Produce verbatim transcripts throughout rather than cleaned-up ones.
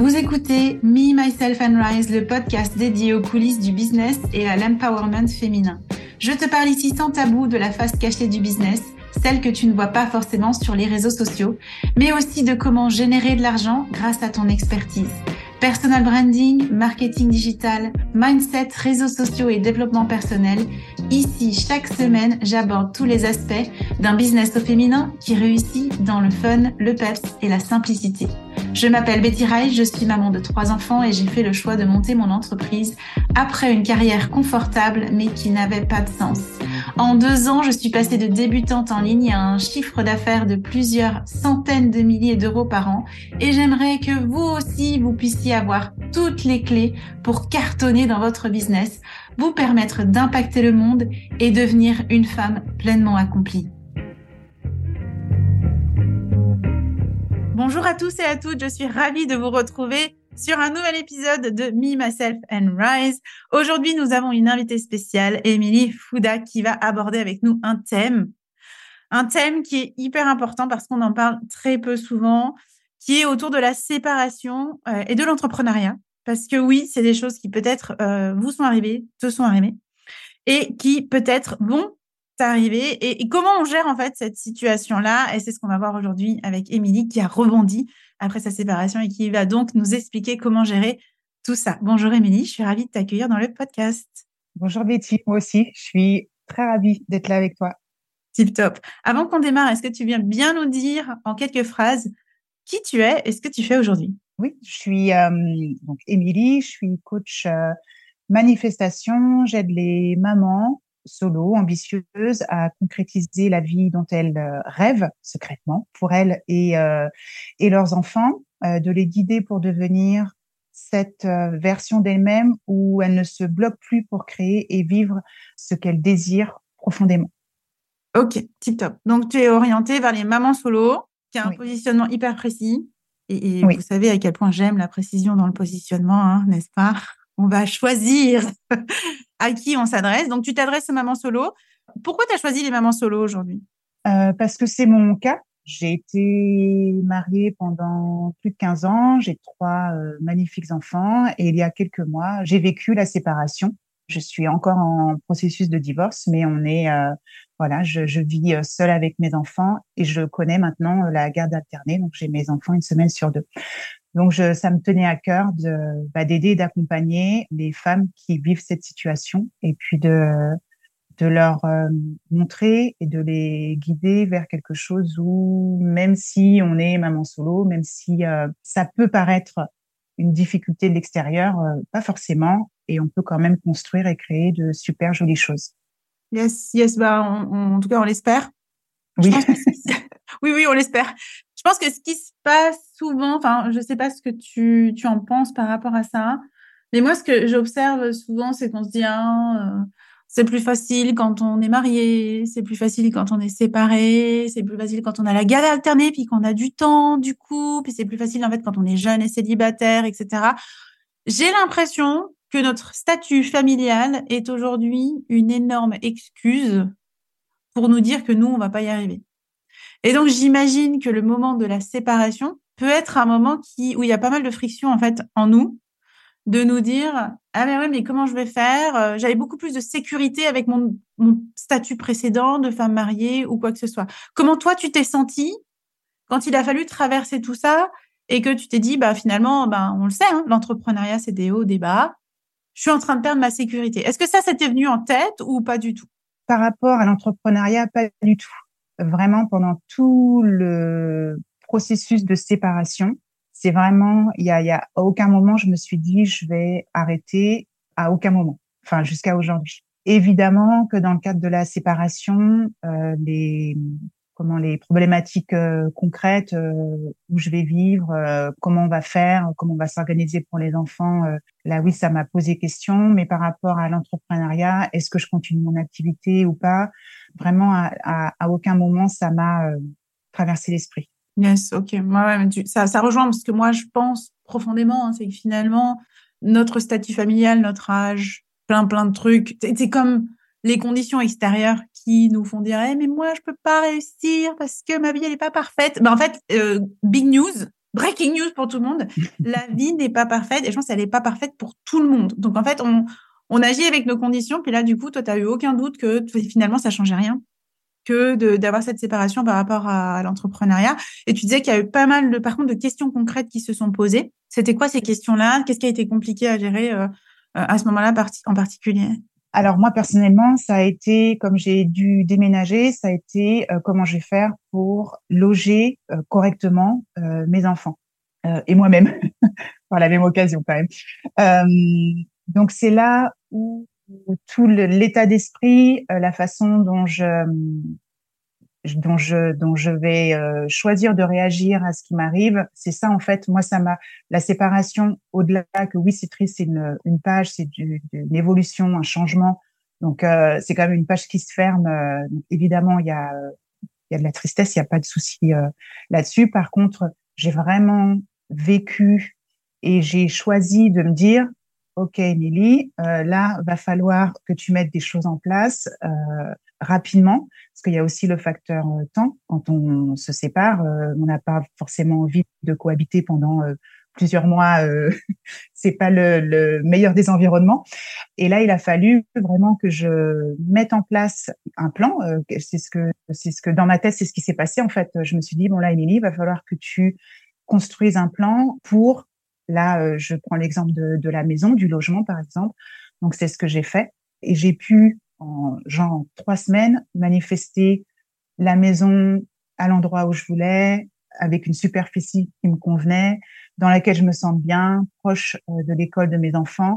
Vous écoutez Me, Myself and Rise, le podcast dédié aux coulisses du business et à l'empowerment féminin. Je te parle ici sans tabou de la face cachée du business, celle que tu ne vois pas forcément sur les réseaux sociaux, mais aussi de comment générer de l'argent grâce à ton expertise. Personal branding, marketing digital, mindset, réseaux sociaux et développement personnel. Ici, chaque semaine, j'aborde tous les aspects d'un business au féminin qui réussit dans le fun, le peps et la simplicité. Je m'appelle Betty Rice, je suis maman de trois enfants et j'ai fait le choix de monter mon entreprise après une carrière confortable mais qui n'avait pas de sens. En deux ans, je suis passée de débutante en ligne à un chiffre d'affaires de plusieurs centaines de milliers d'euros par an et j'aimerais que vous aussi, vous puissiez avoir toutes les clés pour cartonner dans votre business, vous permettre d'impacter le monde et devenir une femme pleinement accomplie. Bonjour à tous et à toutes, je suis ravie de vous retrouver sur un nouvel épisode de Me, Myself and Rise. Aujourd'hui, nous avons une invitée spéciale, Émilie Fouda, qui va aborder avec nous un thème. Un thème qui est hyper important parce qu'on en parle très peu souvent, qui est autour de la séparation euh, et de l'entrepreneuriat. Parce que oui, c'est des choses qui peut-être euh, vous sont arrivées, te sont arrivées, et qui peut-être vont t'arriver. Et, et comment on gère en fait cette situation-là? Et c'est ce qu'on va voir aujourd'hui avec Émilie qui a rebondi après sa séparation et qui va donc nous expliquer comment gérer tout ça. Bonjour Émilie, je suis ravie de t'accueillir dans le podcast. Bonjour Betty, moi aussi, je suis très ravie d'être là avec toi. Tip top. Avant qu'on démarre, est-ce que tu viens bien nous dire en quelques phrases qui tu es et ce que tu fais aujourd'hui? Oui, je suis euh, donc Émilie, je suis coach euh, manifestation, j'aide les mamans solo, ambitieuses à concrétiser la vie dont elles euh, rêvent secrètement pour elles et, euh, et leurs enfants, euh, de les guider pour devenir cette euh, version d'elles-mêmes où elles ne se bloquent plus pour créer et vivre ce qu'elles désirent profondément. Ok, tip top. Donc, tu es orientée vers les mamans solo, qui a un Oui. positionnement hyper précis. Et, et Oui. vous savez à quel point j'aime la précision dans le positionnement, hein, n'est-ce pas? On va choisir à qui on s'adresse. Donc, tu t'adresses aux mamans solo. Pourquoi tu as choisi les mamans solo aujourd'hui? Euh, parce que c'est mon cas. J'ai été mariée pendant plus de quinze ans. J'ai trois euh, magnifiques enfants. Et il y a quelques mois, j'ai vécu la séparation. Je suis encore en processus de divorce, mais on est, euh, voilà, je, je vis seule avec mes enfants et je connais maintenant la garde alternée. Donc, j'ai mes enfants une semaine sur deux. Donc, je, ça me tenait à cœur de, bah, d'aider et d'accompagner les femmes qui vivent cette situation et puis de, de leur euh, montrer et de les guider vers quelque chose où, même si on est maman solo, même si euh, ça peut paraître une difficulté de l'extérieur, euh, pas forcément, et on peut quand même construire et créer de super jolies choses. Yes, yes, bah, on, on, en tout cas, on l'espère. Oui. Je pense que oui, oui, on l'espère. Je pense que ce qui se passe souvent, enfin, je sais pas ce que tu, tu en penses par rapport à ça, mais moi, ce que j'observe souvent, c'est qu'on se dit, ah, euh, c'est plus facile quand on est marié, c'est plus facile quand on est séparé, c'est plus facile quand on a la garde alternée, puis qu'on a du temps, du coup, puis c'est plus facile, en fait, quand on est jeune et célibataire, et cetera. J'ai l'impression que notre statut familial est aujourd'hui une énorme excuse pour nous dire que nous, on va pas y arriver. Et donc, j'imagine que le moment de la séparation peut être un moment qui, où il y a pas mal de friction, en fait, en nous, de nous dire, ah, mais ouais, mais comment je vais faire? J'avais beaucoup plus de sécurité avec mon, mon statut précédent de femme mariée ou quoi que ce soit. Comment toi, tu t'es sentie quand il a fallu traverser tout ça et que tu t'es dit, bah, finalement, bah, on le sait, hein, l'entrepreneuriat, c'est des hauts, des bas. Je suis en train de perdre ma sécurité. Est-ce que ça, c'était venu en tête ou pas du tout? Par rapport à l'entrepreneuriat, pas du tout. Vraiment, pendant tout le processus de séparation, c'est vraiment, il y a, il y a à aucun moment, je me suis dit, je vais arrêter, à aucun moment. Enfin, jusqu'à aujourd'hui. Évidemment que dans le cadre de la séparation, euh, les, comment les problématiques euh, concrètes, euh, où je vais vivre, euh, comment on va faire, comment on va s'organiser pour les enfants, euh, là oui, ça m'a posé question. Mais par rapport à l'entrepreneuriat, est-ce que je continue mon activité ou pas? Vraiment, à, à, à aucun moment, ça m'a euh, traversé l'esprit. Yes, ok. Ouais, ouais, mais tu, ça, ça rejoint parce que moi, je pense profondément, hein, c'est que finalement, notre statut familial, notre âge, plein, plein de trucs, c'est, c'est comme les conditions extérieures qui nous font dire, eh, mais moi, je peux pas réussir parce que ma vie, elle est pas parfaite. Ben, en fait, euh, big news, breaking news pour tout le monde, la vie n'est pas parfaite et je pense qu'elle n'est pas parfaite pour tout le monde. Donc, en fait, on, on agit avec nos conditions. Puis là, du coup, toi, tu n'as eu aucun doute que finalement, ça ne changeait rien que de, d'avoir cette séparation par rapport à, à l'entrepreneuriat. Et tu disais qu'il y a eu pas mal, de, par contre, de questions concrètes qui se sont posées. C'était quoi ces questions-là? Qu'est-ce qui a été compliqué à gérer euh, à ce moment-là en particulier? Alors moi personnellement, ça a été, comme j'ai dû déménager, ça a été euh, comment je vais faire pour loger euh, correctement euh, mes enfants euh, et moi-même par la même occasion quand même. Euh, donc c'est là où, où tout le, l'état d'esprit, euh, la façon dont je dont je dont je vais euh, choisir de réagir à ce qui m'arrive, c'est ça en fait. Moi, ça m'a la séparation au-delà que oui, c'est triste, c'est une une page, c'est du, une évolution, un changement. Donc euh, c'est quand même une page qui se ferme. Euh, donc, évidemment, il y a il y a de la tristesse, il y a pas de souci euh, là-dessus. Par contre, j'ai vraiment vécu et j'ai choisi de me dire, OK, Émilie, euh, là, va falloir que tu mettes des choses en place euh, rapidement, parce qu'il y a aussi le facteur euh, temps. Quand on se sépare, euh, on n'a pas forcément envie de cohabiter pendant euh, plusieurs mois. Euh, c'est pas le, le meilleur des environnements. Et là, il a fallu vraiment que je mette en place un plan. Euh, c'est ce que, c'est ce que dans ma tête, c'est ce qui s'est passé en fait. Je me suis dit bon là, Émilie, il va falloir que tu construises un plan pour. Là, euh, je prends l'exemple de, de la maison, du logement par exemple. Donc c'est ce que j'ai fait et j'ai pu en genre trois semaines manifester la maison à l'endroit où je voulais, avec une superficie qui me convenait, dans laquelle je me sens bien, proche euh, de l'école de mes enfants,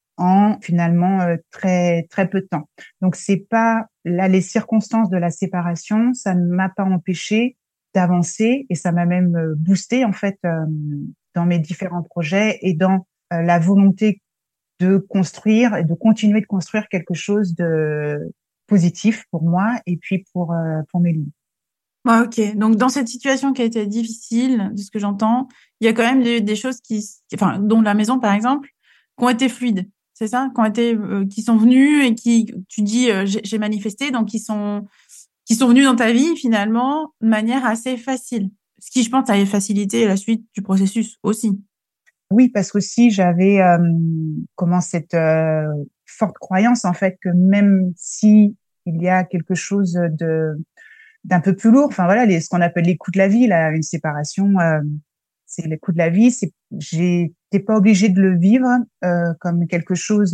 en finalement euh, très très peu de temps. Donc c'est pas là les circonstances de la séparation, ça ne m'a pas empêché d'avancer et ça m'a même euh, boosté en fait euh, dans mes différents projets et dans euh, la volonté de construire et de continuer de construire quelque chose de positif pour moi et puis pour euh, pour mes lignes. Ouais, ok. Donc, dans cette situation qui a été difficile, de ce que j'entends, il y a quand même des, des choses qui, enfin, dont la maison, par exemple, qui ont été fluides. C'est ça? Qui ont été, euh, qui sont venues et qui, tu dis, euh, j'ai, j'ai manifesté, donc qui sont, qui sont venus dans ta vie, finalement, de manière assez facile. Ce qui, je pense, a facilité la suite du processus aussi. Oui, parce qu'aussi j'avais euh, comment cette euh, forte croyance en fait que même si il y a quelque chose de d'un peu plus lourd, enfin voilà, les, ce qu'on appelle les coups de la vie, là, une séparation, euh, c'est les coups de la vie. C'est, j'étais pas obligée de le vivre euh, comme quelque chose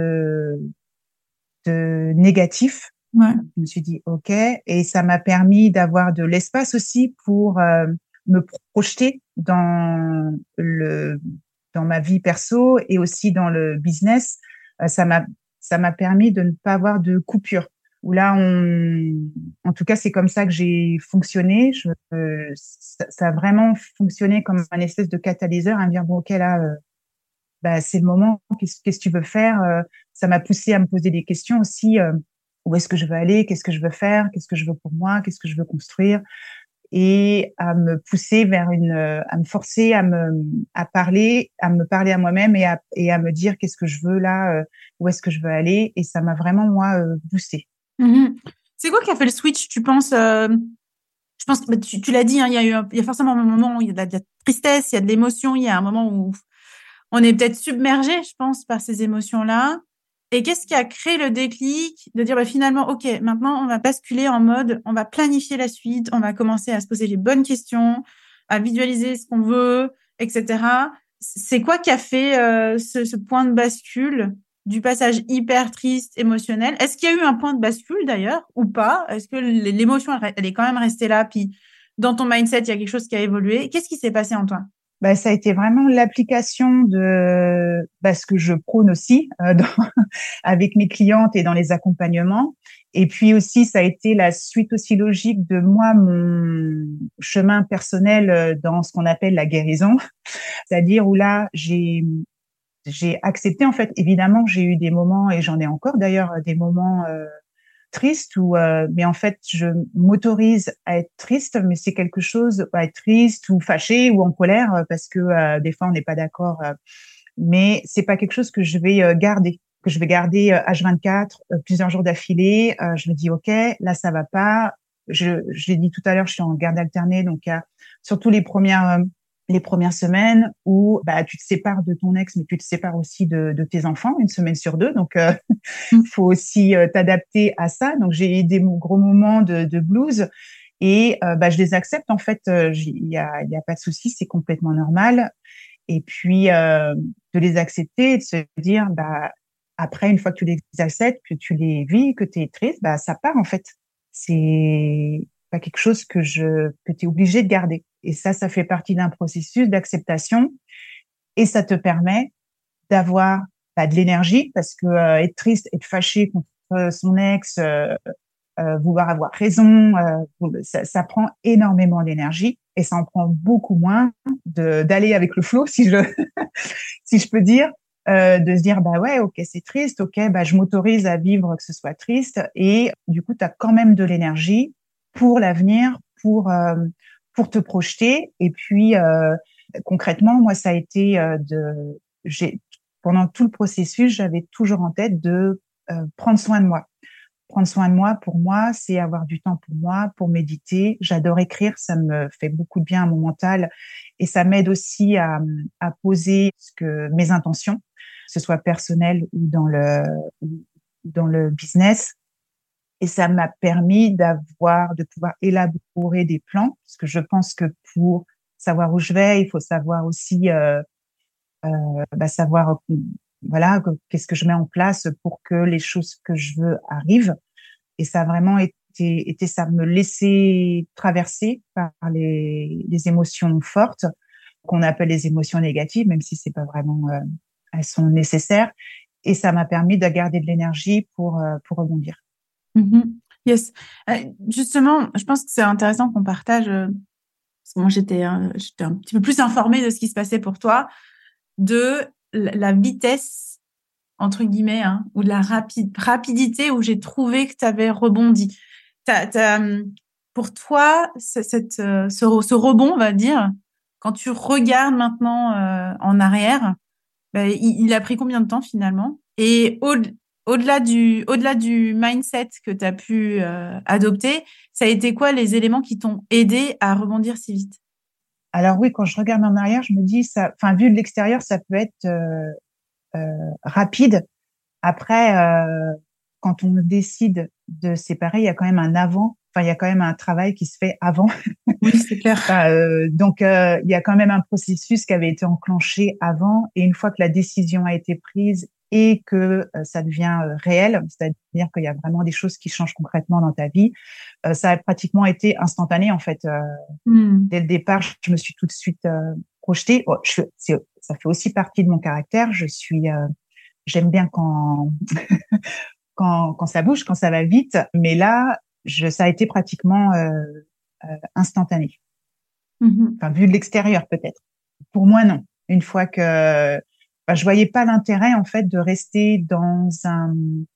de de négatif. Ouais. Je me suis dit ok, et ça m'a permis d'avoir de l'espace aussi pour euh, me projeter dans le dans ma vie perso et aussi dans le business. Euh, ça m'a ça m'a permis de ne pas avoir de coupure. Où là, on, en tout cas, c'est comme ça que j'ai fonctionné. Je, euh, ça, ça a vraiment fonctionné comme un espèce de catalyseur, à me dire bon ok là, euh, bah c'est le moment. Qu'est-ce, qu'est-ce que tu veux faire? Euh, ça m'a poussé à me poser des questions aussi. Euh, où est-ce que je veux aller? Qu'est-ce que je veux faire? Qu'est-ce que je veux pour moi? Qu'est-ce que je veux construire? Et à me pousser vers une, à me forcer à me, à parler, à me parler à moi-même et à, et à me dire qu'est-ce que je veux là, euh, où est-ce que je veux aller. Et ça m'a vraiment, moi, euh, boosté. Mm-hmm. C'est quoi qui a fait le switch, tu penses euh, Je pense que bah, tu, tu l'as dit, hein, il y a eu, un- il y a forcément un moment où il y a de la, de la tristesse, il y a de l'émotion, il y a un moment où on est peut-être submergé, je pense, par ces émotions-là. Et qu'est-ce qui a créé le déclic de dire bah, finalement, OK, maintenant, on va basculer en mode, on va planifier la suite, on va commencer à se poser les bonnes questions, à visualiser ce qu'on veut, et cetera. C'est quoi qui a fait euh, ce, ce point de bascule du passage hyper triste, émotionnel? Est-ce qu'il y a eu un point de bascule d'ailleurs ou pas? Est-ce que l'émotion, elle, elle est quand même restée là? Puis dans ton mindset, il y a quelque chose qui a évolué. Qu'est-ce qui s'est passé en toi? Bah, ça a été vraiment l'application de bah, ce que je prône aussi euh, dans, avec mes clientes et dans les accompagnements. Et puis aussi, ça a été la suite aussi logique de moi, mon chemin personnel euh, dans ce qu'on appelle la guérison. C'est-à-dire où là, j'ai j'ai accepté, en fait, évidemment, j'ai eu des moments, et j'en ai encore d'ailleurs, des moments euh, tristes où, euh, mais en fait, je m'autorise à être triste, mais c'est quelque chose, à être triste ou fâché ou en colère, euh, parce que euh, des fois, on n'est pas d'accord, euh, mais c'est pas quelque chose que je vais euh, garder, que je vais garder euh, H vingt-quatre, euh, plusieurs jours d'affilée. Euh, je me dis, OK, là, ça va pas. Je, je l'ai dit tout à l'heure, je suis en garde alternée, donc il y a surtout les premières... euh, les premières semaines où bah tu te sépares de ton ex, mais tu te sépares aussi de, de tes enfants une semaine sur deux. Donc, euh, Mm. faut aussi euh, t'adapter à ça. Donc, j'ai eu des gros moments de, de blues et euh, bah je les accepte. En fait, euh, il y a, il y a pas de souci, c'est complètement normal. Et puis euh, de les accepter et de se dire bah après une fois que tu les acceptes, que tu les vis, que tu es triste, bah ça part en fait. C'est pas quelque chose que je que tu es obligé de garder. Et ça, ça fait partie d'un processus d'acceptation et ça te permet d'avoir bah, de l'énergie parce que euh, être triste, être fâché contre son ex, euh, euh, vouloir avoir raison, euh, ça, ça prend énormément d'énergie et ça en prend beaucoup moins de d'aller avec le flow, si je si je peux dire, euh, de se dire bah ouais, ok, c'est triste, ok, bah je m'autorise à vivre que ce soit triste et du coup tu as quand même de l'énergie pour l'avenir, pour euh, pour te projeter et puis euh, concrètement moi ça a été euh, de j'ai pendant tout le processus j'avais toujours en tête de euh, prendre soin de moi. Prendre soin de moi, pour moi, c'est avoir du temps pour moi, pour méditer. J'adore écrire, ça me fait beaucoup de bien à mon mental et ça m'aide aussi à, à poser ce que mes intentions, que ce soit personnel ou dans le dans le business. Et ça m'a permis d'avoir, de pouvoir élaborer des plans, parce que je pense que pour savoir où je vais, il faut savoir aussi euh, euh, bah, savoir voilà qu'est-ce que je mets en place pour que les choses que je veux arrivent. Et ça a vraiment été, été ça, me laisser traverser par les, les émotions fortes, qu'on appelle les émotions négatives, même si c'est pas vraiment, euh, elles sont nécessaires. Et ça m'a permis de garder de l'énergie pour, euh, pour rebondir. Mhm. Yes. Euh, justement, je pense que c'est intéressant qu'on partage, euh, parce que moi j'étais euh, j'étais un petit peu plus informée de ce qui se passait pour toi, de la la vitesse, entre guillemets, hein, ou de la rapide, rapidité où j'ai trouvé que tu avais rebondi. T'as, t'as, hum, pour toi, ce- cette, euh, ce, re- ce rebond, on va dire, quand tu regardes maintenant euh, en arrière, ben, il, il a pris combien de temps finalement? Et au, au-delà du, au-delà du mindset que tu as pu euh, adopter, ça a été quoi les éléments qui t'ont aidé à rebondir si vite? Alors oui, quand je regarde en arrière, je me dis ça, enfin, vu de l'extérieur, ça peut être euh, euh, rapide. Après, euh, quand on décide de séparer, il y a quand même un avant, enfin, il y a quand même un travail qui se fait avant. Oui, c'est clair. Enfin, euh, donc, euh, il y a quand même un processus qui avait été enclenché avant. Et une fois que la décision a été prise et que euh, ça devient euh, réel, c'est-à-dire qu'il y a vraiment des choses qui changent concrètement dans ta vie, euh, ça a pratiquement été instantané, en fait. Euh, Hmm. dès le départ, je me suis tout de suite euh, projetée. Oh, je, c'est, ça fait aussi partie de mon caractère. Je suis, euh, j'aime bien quand, quand, quand ça bouge, quand ça va vite. Mais là, je, ça a été pratiquement euh, euh, instantané. Mhm. Enfin, vu de l'extérieur, peut-être. Pour moi, non. Une fois que enfin, je voyais pas l'intérêt en fait de rester dans un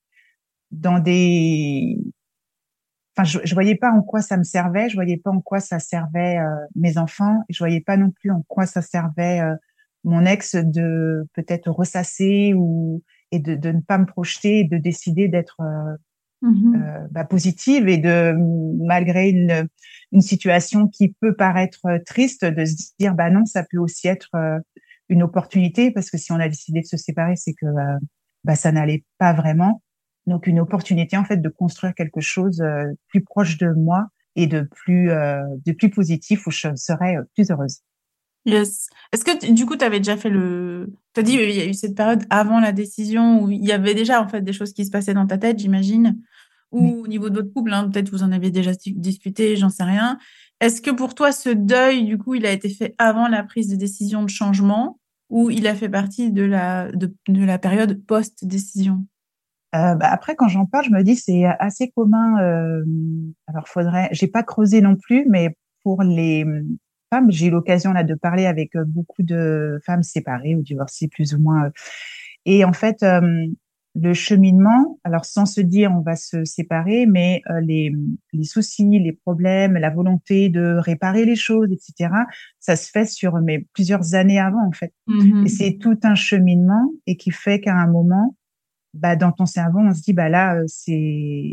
dans des enfin je, je voyais pas en quoi ça me servait, je voyais pas en quoi ça servait euh, mes enfants, et je voyais pas non plus en quoi ça servait euh, mon ex de peut-être ressasser ou et de, de ne pas me projeter et de décider d'être euh, Mhm. euh, bah, positive et de malgré une une situation qui peut paraître euh, triste de se dire bah non, ça peut aussi être euh, une opportunité parce que si on a décidé de se séparer c'est que euh, bah ça n'allait pas vraiment, donc une opportunité en fait de construire quelque chose euh, plus proche de moi et de plus euh, de plus positif où je serais euh, plus heureuse. Yes. Est-ce que tu- du coup, tu avais déjà fait le... Tu as dit il y a eu cette période avant la décision où il y avait déjà en fait des choses qui se passaient dans ta tête, j'imagine, Oui. ou au niveau de votre couple, hein, peut-être vous en avez déjà di- discuté, j'en sais rien. Est-ce que pour toi, ce deuil, du coup, il a été fait avant la prise de décision de changement ou il a fait partie de la, de, de la période post-décision? Euh, bah, après, quand j'en parle, je me dis c'est assez commun. Euh, alors, faudrait, j'ai pas creusé non plus, mais pour les femmes, j'ai eu l'occasion là de parler avec euh, beaucoup de femmes séparées ou divorcées plus ou moins. euh. Et en fait, euh, le cheminement, alors sans se dire on va se séparer, mais euh, les, les soucis, les problèmes, la volonté de réparer les choses, et cetera, ça se fait sur mais plusieurs années avant en fait. Et Mhm. c'est tout un cheminement et qui fait qu'à un moment bah, dans ton cerveau, on se dit, bah là, euh, c'est,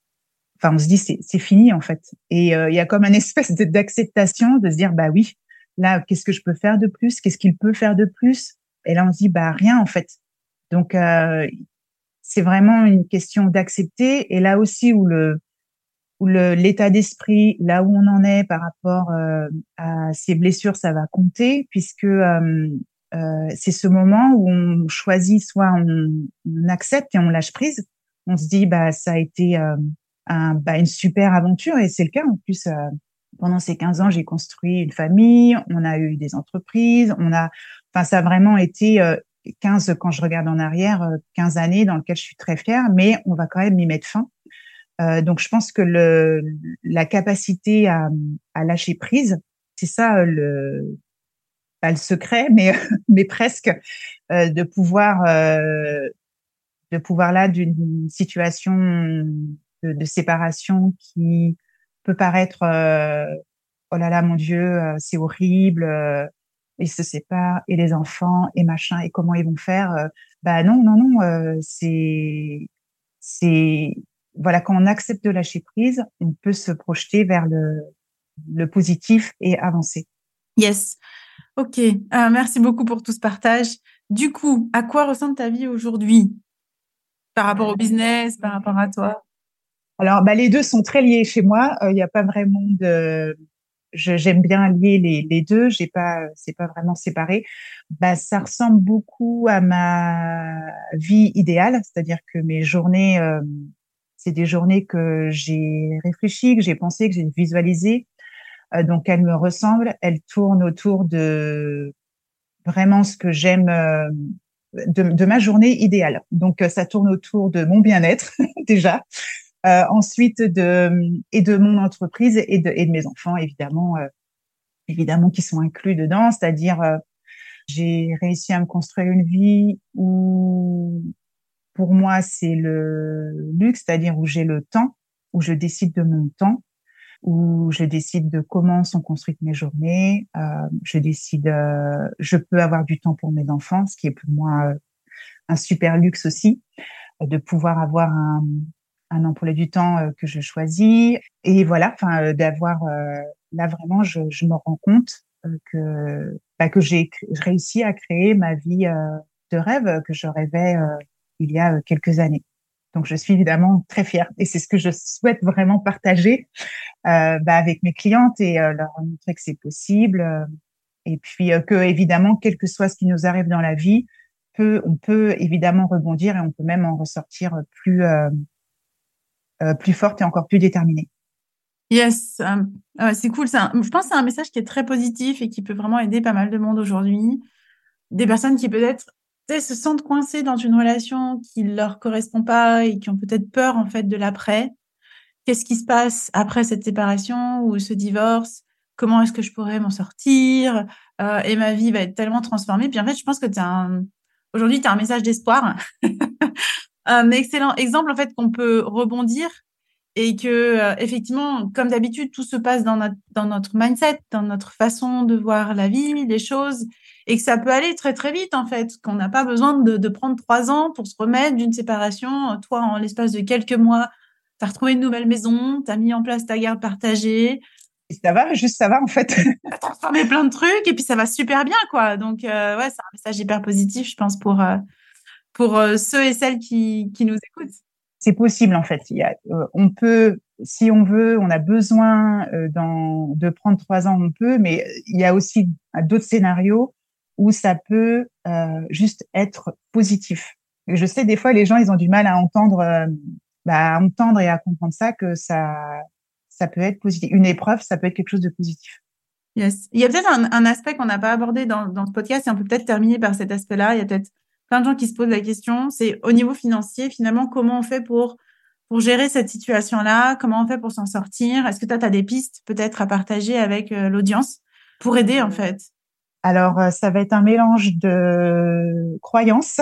enfin, on se dit, c'est, c'est fini, en fait. Et euh, il y a comme une espèce de- d'acceptation de se dire, bah oui, là, qu'est-ce que je peux faire de plus? Qu'est-ce qu'il peut faire de plus? Et là, on se dit, bah, rien, en fait. Donc, euh, c'est vraiment une question d'accepter. Et là aussi, où le, où le, l'état d'esprit, là où on en est par rapport euh, à ces blessures, ça va compter, puisque euh, euh, c'est ce moment où on choisit, soit on, on accepte et on lâche prise. On se dit, bah, ça a été euh, un, bah, une super aventure, et c'est le cas. En plus, euh, pendant ces quinze ans, j'ai construit une famille, on a eu des entreprises, on a, enfin, ça a vraiment été euh, quinze, quand je regarde en arrière, euh, quinze années dans lesquelles je suis très fière, mais on va quand même y mettre fin. Euh, donc, je pense que le, la capacité à, à lâcher prise, c'est ça le, pas le secret, mais, mais presque, euh, de pouvoir, euh, de pouvoir là d'une situation de, de séparation qui peut paraître, euh, oh là là, mon Dieu, euh, c'est horrible, euh, ils se séparent, et les enfants, et machin, et comment ils vont faire? euh, Bah non, non, non, euh, c'est, c'est, voilà, quand on accepte de lâcher prise, on peut se projeter vers le, le positif et avancer. Yes. Ok. Euh, merci beaucoup pour tout ce partage. Du coup, à quoi ressemble ta vie aujourd'hui par rapport au business, par rapport à toi? Alors, bah, les deux sont très liés chez moi. Il euh, n'y a pas vraiment de, je, j'aime bien lier les, les deux. J'ai pas, c'est pas vraiment séparé. Bah, ça ressemble beaucoup à ma vie idéale, c'est-à-dire que mes journées, euh, c'est des journées que j'ai réfléchi, que j'ai pensé, que j'ai visualisé. Euh, donc, elles me ressemblent. Elles tournent autour de vraiment ce que j'aime, euh, de, de ma journée idéale. Donc, euh, ça tourne autour de mon bien-être déjà. Euh, ensuite de et de mon entreprise et de et de mes enfants, évidemment, euh, évidemment qui sont inclus dedans. C'est-à-dire, euh, j'ai réussi à me construire une vie où, pour moi, c'est le luxe, c'est-à-dire où j'ai le temps, où je décide de mon temps, où je décide de comment sont construites mes journées. Euh, je décide, euh, je peux avoir du temps pour mes enfants, ce qui est pour moi euh, un super luxe aussi, de pouvoir avoir un, un emploi du temps euh, que je choisis. Et voilà, enfin, euh, d'avoir, euh, là vraiment, je, je me rends compte euh, que, bah, que j'ai réussi à créer ma vie euh, de rêve que je rêvais euh, il y a euh, quelques années. Donc, je suis évidemment très fière, et c'est ce que je souhaite vraiment partager euh, bah, avec mes clientes, et euh, leur montrer que c'est possible. Euh, et puis euh, que, évidemment, quel que soit ce qui nous arrive dans la vie, peut, on peut évidemment rebondir, et on peut même en ressortir plus euh, euh, plus forte et encore plus déterminée. Yes. Euh, ouais, c'est cool. C'est un- je pense que c'est un message qui est très positif et qui peut vraiment aider pas mal de monde aujourd'hui. Des personnes qui peut-être tu sais, se sentent coincées dans une relation qui leur correspond pas et qui ont peut-être peur en fait de l'après. Qu'est-ce qui se passe après cette séparation ou ce divorce? Comment est-ce que je pourrais m'en sortir? Euh, et ma vie va être tellement transformée. Puis en fait, je pense que tu un... aujourd'hui, tu as un message d'espoir. Un excellent exemple en fait qu'on peut rebondir et que euh, effectivement, comme d'habitude, tout se passe dans notre, dans notre mindset, dans notre façon de voir la vie, les choses, et que ça peut aller très très vite en fait, qu'on n'a pas besoin de, de prendre trois ans pour se remettre d'une séparation. Toi, en l'espace de quelques mois, tu as retrouvé une nouvelle maison, tu as mis en place ta garde partagée, Et ça va, juste ça va en fait. tu as transformé plein de trucs et puis ça va super bien quoi. Donc euh, ouais, c'est un message hyper positif, je pense, pour, euh, pour euh, ceux et celles qui, qui nous écoutent. C'est possible en fait. Il y a, euh, on peut, si on veut, on a besoin euh, dans, de prendre trois ans, on peut, mais il y a aussi d'autres scénarios où ça peut euh, juste être positif. Et je sais, des fois, les gens, ils ont du mal à entendre, euh, bah, à entendre et à comprendre ça, que ça, ça peut être positif. Une épreuve, ça peut être quelque chose de positif. Yes. Il y a peut-être un, un aspect qu'on n'a pas abordé dans, dans ce podcast et on peut peut-être terminer par cet aspect-là. Il y a peut-être plein de gens qui se posent la question, c'est au niveau financier, finalement, comment on fait pour, pour gérer cette situation-là? Comment on fait pour s'en sortir? Est-ce que toi, tu as des pistes peut-être à partager avec euh, l'audience pour aider en fait? Alors, euh, ça va être un mélange de croyances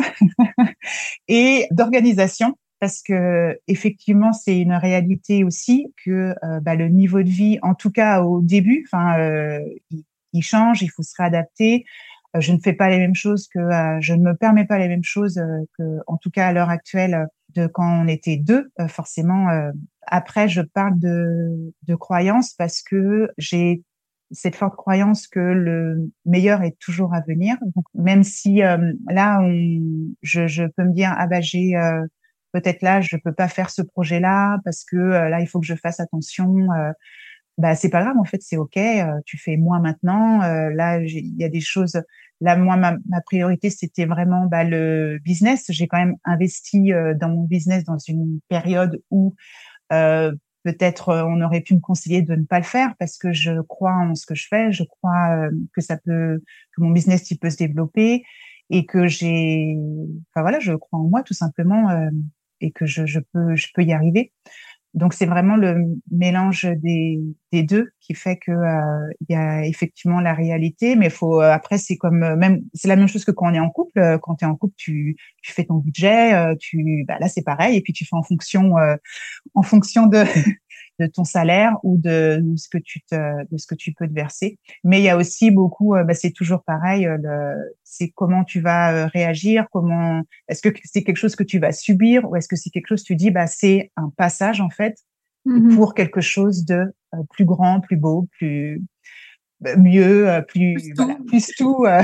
et d'organisation, parce que effectivement, c'est une réalité aussi que euh, bah, le niveau de vie, en tout cas au début, enfin, euh, il, il change, il faut se réadapter. Euh, je ne fais pas les mêmes choses que, euh, je ne me permets pas les mêmes choses euh, que, en tout cas à l'heure actuelle, de quand on était deux, euh, forcément. Euh, après, je parle de, de croyances parce que j'ai cette forte croyance que le meilleur est toujours à venir. Donc, même si euh, là, on, je, je peux me dire, ah bah j'ai euh, peut-être là, je peux pas faire ce projet-là parce que euh, là, il faut que je fasse attention. Euh, bah c'est pas grave, en fait, c'est ok. Euh, tu fais moins maintenant. Euh, là, il y a des choses. Là, moi, ma, ma priorité, c'était vraiment bah, le business. J'ai quand même investi euh, dans mon business dans une période où euh, peut-être euh, on aurait pu me conseiller de ne pas le faire parce que je crois en ce que je fais, je crois euh, que ça peut, que mon business il peut se développer et que j'ai, enfin voilà, je crois en moi tout simplement euh, et que je, je peux, je peux y arriver. Donc c'est vraiment le mélange des, des deux qui fait que euh, il y a effectivement la réalité, mais faut euh, après c'est comme euh, même c'est la même chose que quand on est en couple. Euh, Quand tu es en couple, tu tu fais ton budget, euh, tu bah là c'est pareil et puis tu fais en fonction euh, en fonction de de ton salaire ou de, de ce que tu te de ce que tu peux te verser. Mais il y a aussi beaucoup, euh, bah, c'est toujours pareil, euh, le, c'est comment tu vas euh, réagir, comment est-ce que c'est quelque chose que tu vas subir ou est-ce que c'est quelque chose que tu dis bah c'est un passage en fait Mm-hmm. pour quelque chose de euh, plus grand, plus beau, plus bah, mieux, euh, plus, Plus voilà, tout. plus tout. Euh.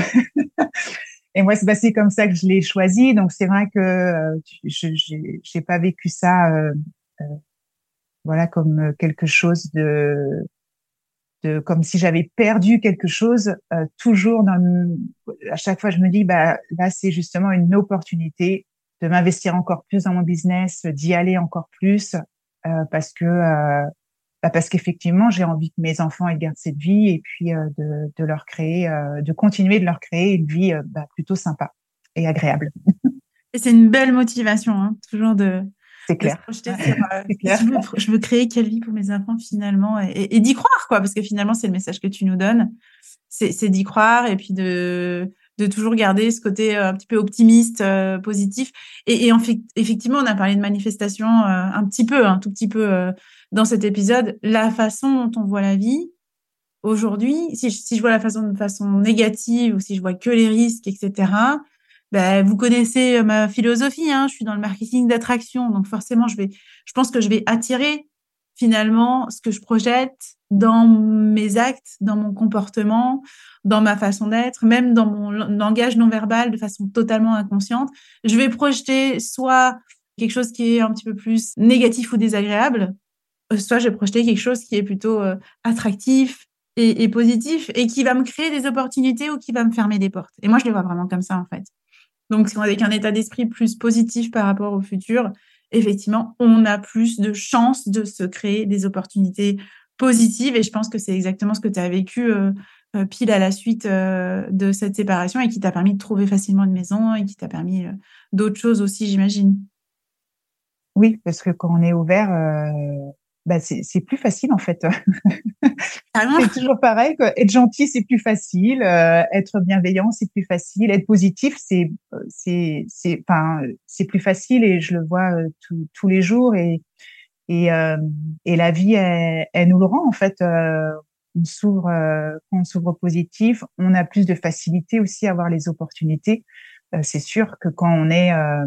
Et moi c'est bah, c'est comme ça que je l'ai choisi. Donc c'est vrai que euh, je j'ai j'ai pas vécu ça. Euh, euh, voilà comme quelque chose de, de comme si j'avais perdu quelque chose. Euh, toujours dans le, à chaque fois je me dis bah là c'est justement une opportunité de m'investir encore plus dans mon business, d'y aller encore plus euh, parce que euh, bah parce qu'effectivement j'ai envie que mes enfants ils gardent cette vie et puis euh, de, de leur créer euh, de continuer de leur créer une vie euh, bah, plutôt sympa et agréable. Et c'est une belle motivation, hein, toujours de, C'est de se clair. projeter sur euh, C'est je clair. veux, je veux créer quelle vie pour mes enfants finalement et, et, et d'y croire, quoi, parce que finalement, c'est le message que tu nous donnes. C'est, c'est d'y croire et puis de, de toujours garder ce côté euh, un petit peu optimiste, euh, positif. Et, et en fait, effectivement, on a parlé de manifestation euh, un petit peu, un tout petit peu euh, dans cet épisode. La façon dont on voit la vie aujourd'hui, si je, si je vois la façon de façon négative ou si je vois que les risques, et cetera, ben, vous connaissez euh, ma philosophie, hein, je suis dans le marketing d'attraction, donc forcément, je vais, je pense que je vais attirer finalement ce que je projette dans mes actes, dans mon comportement, dans ma façon d'être, même dans mon langage non verbal de façon totalement inconsciente. Je vais projeter soit quelque chose qui est un petit peu plus négatif ou désagréable, soit je vais projeter quelque chose qui est plutôt euh, attractif et, et positif et qui va me créer des opportunités ou qui va me fermer des portes. Et moi, je les vois vraiment comme ça, en fait. Donc, avec un état d'esprit plus positif par rapport au futur, effectivement, on a plus de chances de se créer des opportunités positives. Et je pense que c'est exactement ce que tu as vécu euh, euh, pile à la suite euh, de cette séparation et qui t'a permis de trouver facilement une maison et qui t'a permis euh, d'autres choses aussi, j'imagine. Oui, parce que quand on est ouvert, euh, bah c'est c'est plus facile en fait. Carrément. C'est toujours pareil, quoi. Être gentil, c'est plus facile. Euh, être bienveillant, c'est plus facile. Être positif, c'est c'est c'est enfin c'est plus facile et je le vois euh, tous tous les jours et et euh, et la vie, elle, elle nous le rend en fait. Euh, on s'ouvre euh, quand on s'ouvre au positif, on a plus de facilité aussi à avoir les opportunités. Euh, c'est sûr que quand on est euh,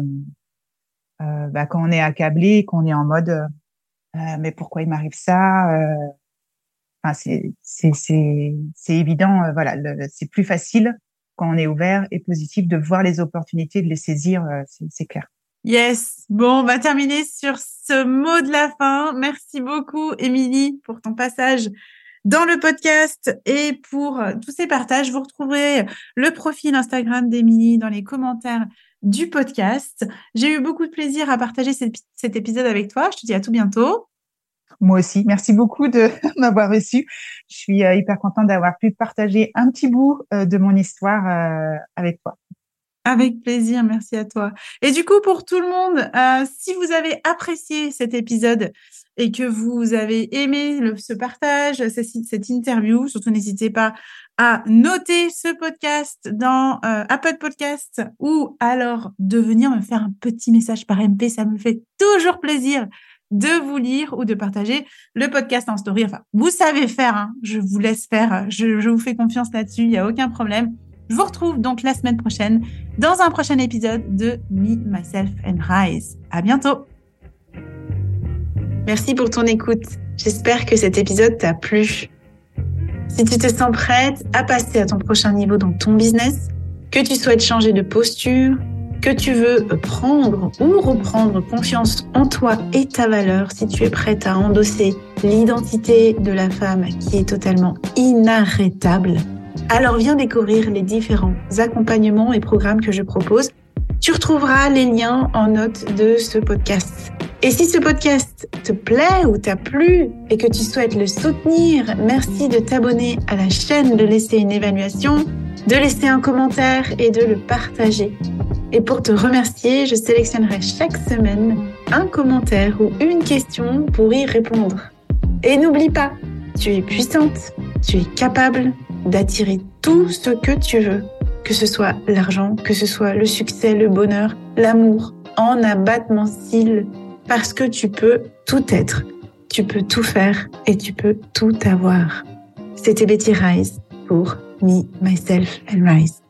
euh, bah, quand on est accablé, qu'on est en mode euh, mais pourquoi il m'arrive ça? Euh, enfin, c'est c'est c'est c'est évident. Euh, voilà, le, c'est plus facile quand on est ouvert et positif de voir les opportunités, de les saisir. Euh, c'est, c'est clair. Yes. Bon, on va terminer sur ce mot de la fin. Merci beaucoup, Émilie, pour ton passage dans le podcast et pour euh, tous ces partages. Vous retrouverez le profil Instagram d'Émilie dans les commentaires du podcast. J'ai eu beaucoup de plaisir à partager cet, cet épisode avec toi. Je te dis à tout bientôt. Moi aussi. Merci beaucoup de m'avoir reçu. Je suis euh, hyper contente d'avoir pu partager un petit bout euh, de mon histoire euh, avec toi. Avec plaisir, merci à toi. Et du coup, pour tout le monde, euh, si vous avez apprécié cet épisode et que vous avez aimé le, ce partage, cette, cette interview, surtout n'hésitez pas à noter ce podcast dans euh, Apple Podcasts ou alors de venir me faire un petit message par M P. Ça me fait toujours plaisir de vous lire ou de partager le podcast en story. Enfin, vous savez faire, hein, je vous laisse faire, je, je vous fais confiance là-dessus, il n'y a aucun problème. Je vous retrouve donc la semaine prochaine dans un prochain épisode de Me, Myself and Rise. À bientôt. Merci pour ton écoute. J'espère que cet épisode t'a plu. Si tu te sens prête à passer à ton prochain niveau dans ton business, que tu souhaites changer de posture, que tu veux prendre ou reprendre confiance en toi et ta valeur, si tu es prête à endosser l'identité de la femme qui est totalement inarrêtable, alors viens découvrir les différents accompagnements et programmes que je propose. Tu retrouveras les liens en note de ce podcast. Et si ce podcast te plaît ou t'a plu et que tu souhaites le soutenir, merci de t'abonner à la chaîne, de laisser une évaluation, de laisser un commentaire et de le partager. Et pour te remercier, je sélectionnerai chaque semaine un commentaire ou une question pour y répondre. Et n'oublie pas, tu es puissante, tu es capable d'attirer tout ce que tu veux, que ce soit l'argent, que ce soit le succès, le bonheur, l'amour, en abattement de cils, parce que tu peux tout être, tu peux tout faire et tu peux tout avoir. C'était Betty Rise pour Me, Myself and Rise.